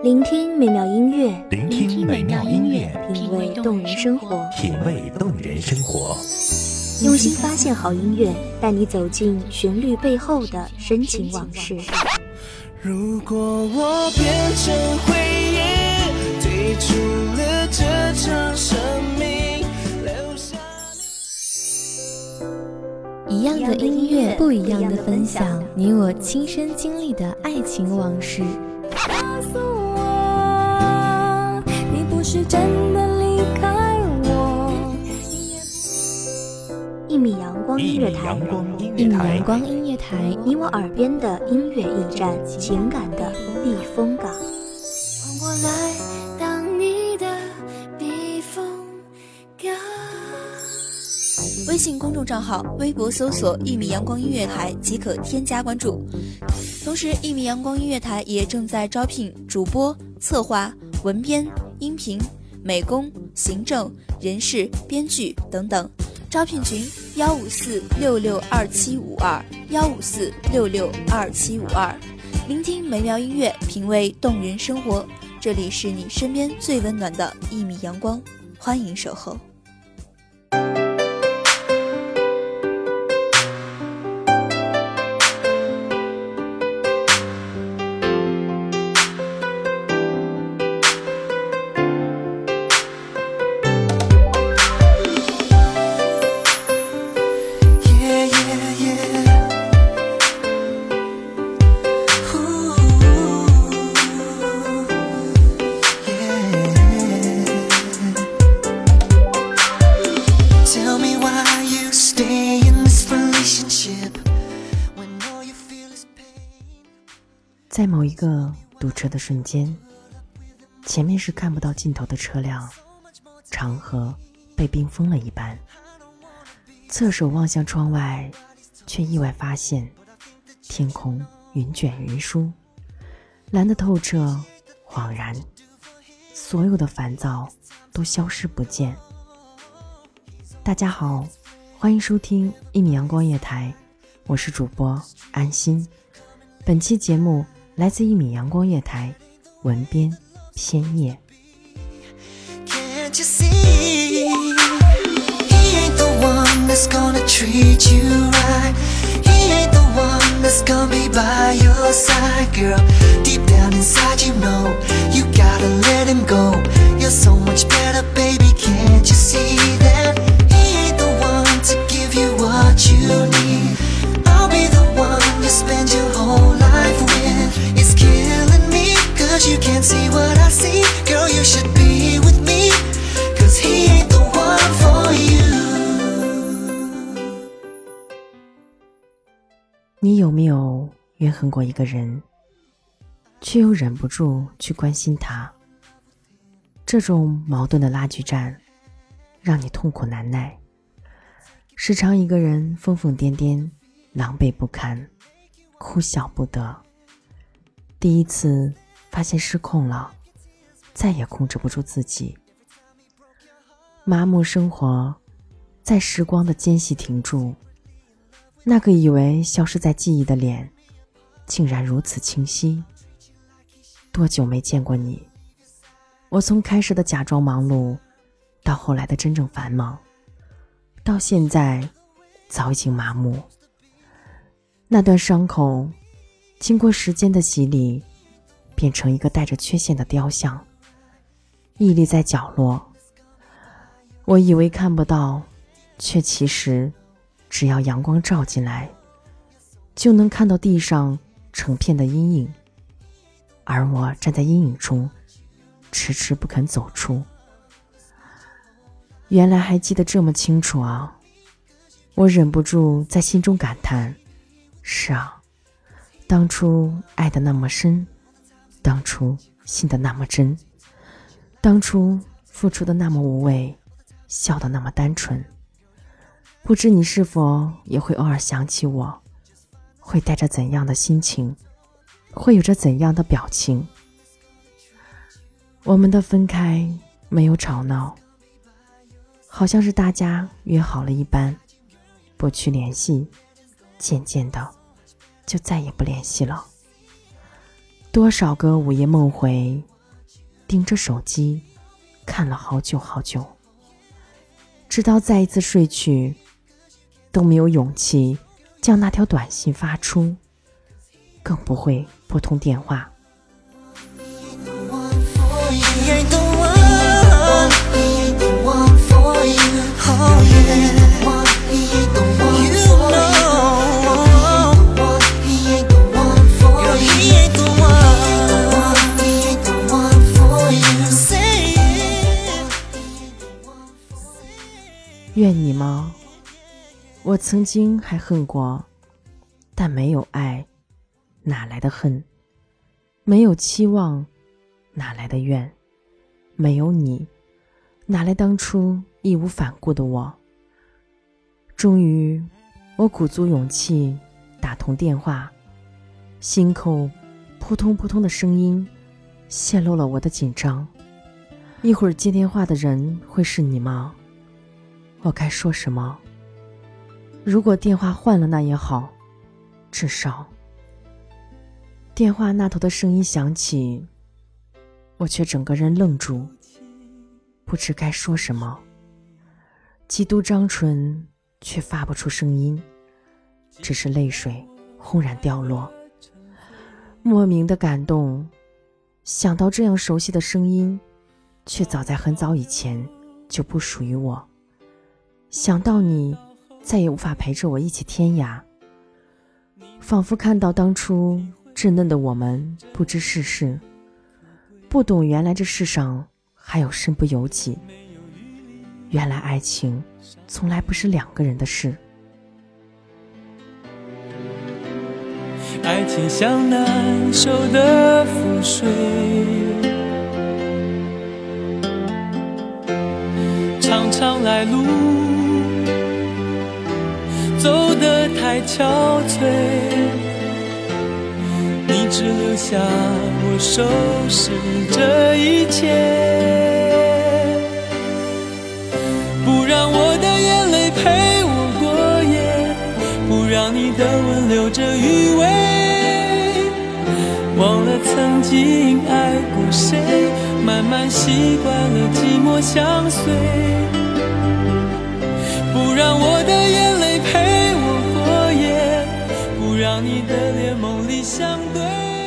聆听美妙音乐， 聆听美妙音乐， 品味动人生活， 品味动人生活。 用心发现好音乐，带你走进旋律背后的深情往事。 如果我变成回忆，退出了这场生命，留下一样的音乐，不一样的分享，你我亲身经历的爱情往事。 告诉我，你不是真的离开我。 一米阳光音乐台， 一米阳光音乐台， 你我耳边的音乐驿站，情感的避风港。 换我来当你的避风港。 微信公众账号、微博搜索“一米阳光音乐台”即可添加关注。同时，一米阳光音乐台也正在招聘主播、策划、文编、音频、美工、行政、人事、编剧等等。招聘群154662752，154662752。聆听美妙音乐，品味动人生活。这里是你身边最温暖的一米阳光，欢迎守候。 在某一个堵车的瞬间，前面是看不到尽头的车辆，长河被冰封了一般。侧手望向窗外，却意外发现天空云卷云舒，蓝得透彻，恍然所有的烦躁都消失不见。大家好，欢迎收听一米阳光夜台，我是主播安心。本期节目来自一米阳光夜台，文编偏叶。 Can't you see? He ain't the one that's gonna treat you right. He ain't the one that's gonna be by your side, girl. Deep down inside you know you gotta let him go. You're so much better, baby. Can't you see that? He ain't the one to give you what you need. I'll be the one you spend your whole life with. It's killing me, cause you can't see what I see. Girl, you should be with me, cause he ain't the one for you. 你有没有怨恨过一个人，却又忍不住去关心他？这种矛盾的拉锯战让你痛苦难耐，时常一个人疯疯癫癫，狼狈不堪，哭笑不得。第一次发现失控了，再也控制不住自己，麻木生活在时光的间隙停住，那个以为消失在记忆的脸竟然如此清晰。多久没见过你？我从开始的假装忙碌，到后来的真正繁忙，到现在早已经麻木。那段伤口经过时间的洗礼，变成一个带着缺陷的雕像，屹立在角落。我以为看不到，却其实只要阳光照进来，就能看到地上成片的阴影，而我站在阴影中，迟迟不肯走出。原来还记得这么清楚啊！我忍不住在心中感叹，是啊，当初爱得那么深，当初信得那么真，当初付出的那么无畏，笑得那么单纯。不知你是否也会偶尔想起我，会带着怎样的心情，会有着怎样的表情？我们的分开没有吵闹，好像是大家约好了一般，不去联系，渐渐的就再也不联系了。多少个午夜梦回， 盯着手机看了好久好久，直到再一次睡去，都没有勇气将那条短信发出，更不会拨通电话。怨你吗？我曾经还恨过，但没有爱，哪来的恨？没有期望，哪来的怨？没有你，哪来当初义无反顾的我？终于，我鼓足勇气打通电话，心口扑通扑通的声音泄露了我的紧张。一会儿接电话的人会是你吗？我该说什么？如果电话换了那也好，至少……电话那头的声音响起，我却整个人愣住，不知该说什么。极度张唇，却发不出声音，只是泪水轰然掉落。莫名的感动，想到这样熟悉的声音，却早在很早以前就不属于我。想到你再也无法陪着我一起天涯，仿佛看到当初稚嫩的我们不知世事，不懂原来这世上还有身不由己，原来爱情从来不是两个人的事。 爱情像难收的覆水，常常来路走得太憔悴，你只留下我收拾这一切，不让我的眼泪陪我过夜，不让你的吻留着余味，忘了曾经爱过谁，慢慢习惯了寂寞相随，不让我的眼泪陪我过夜，不让你的脸梦里相对，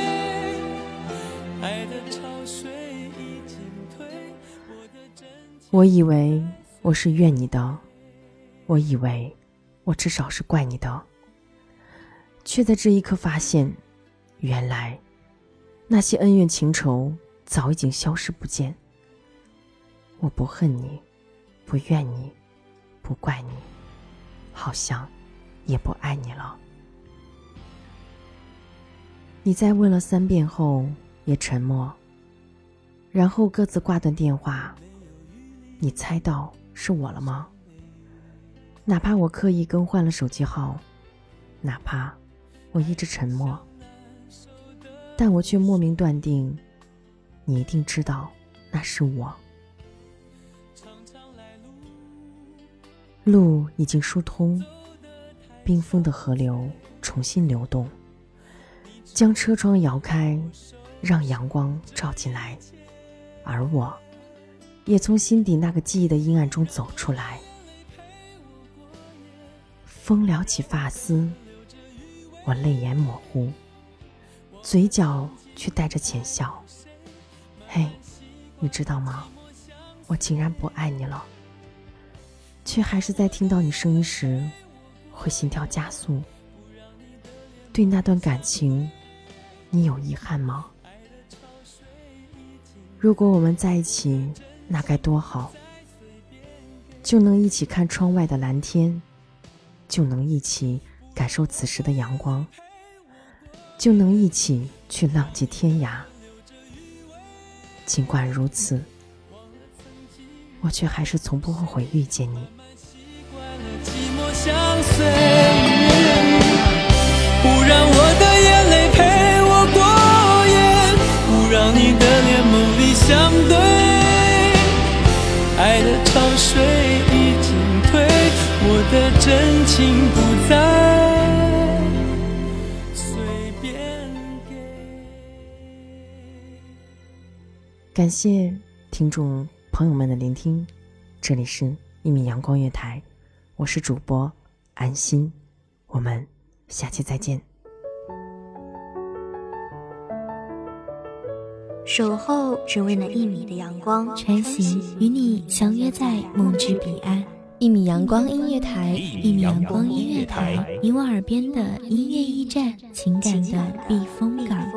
爱的潮水已经退，我的真情。 我以为我是怨你的，我以为我至少是怪你的，却在这一刻发现，原来那些恩怨情仇早已经消失不见。我不恨你，不怨你，不怪你，好像也不爱你了。你在问了3遍后也沉默，然后各自挂断电话。你猜到是我了吗？哪怕我刻意更换了手机号，哪怕我一直沉默，但我却莫名断定，你一定知道那是我。路已经疏通，冰封的河流重新流动，将车窗摇开，让阳光照进来，而我也从心底那个记忆的阴暗中走出来。风撩起发丝，我泪眼模糊，嘴角却带着浅笑。嘿，你知道吗？我竟然不爱你了，却还是在听到你声音时会心跳加速。对那段感情，你有遗憾吗？如果我们在一起，那该多好，就能一起看窗外的蓝天，就能一起感受此时的阳光，就能一起去浪迹天涯。尽管如此，我却还是从不后悔遇见你。 寂寞相随，不让我的眼泪陪我过夜，不让你的脸梦里相对，爱的潮水已经退，我的真情不再随便给。 感谢听众朋友们的聆听，这里是1米阳光月台，我是主播安心，我们下期再见。 守候只为那1米的阳光， 穿行与你相约在梦之彼岸。1米阳光音乐台，1米阳光音乐台，你我耳边的音乐驿站，情感的避风港。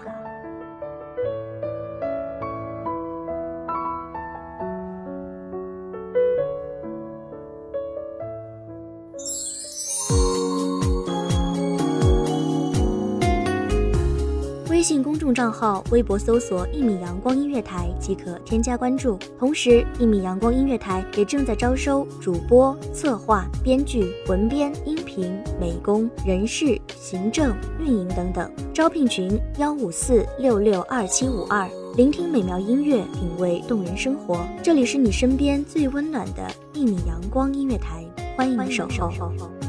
微信公众账号、微博搜索1米阳光音乐台即可添加关注。同时，1米阳光音乐台也正在招收主播、策划、编剧、文编、音频、美工、人事、行政、运营等等。招聘群154662752。聆听美妙音乐，品味动人生活。这里是你身边最温暖的1米阳光音乐台，欢迎你守候。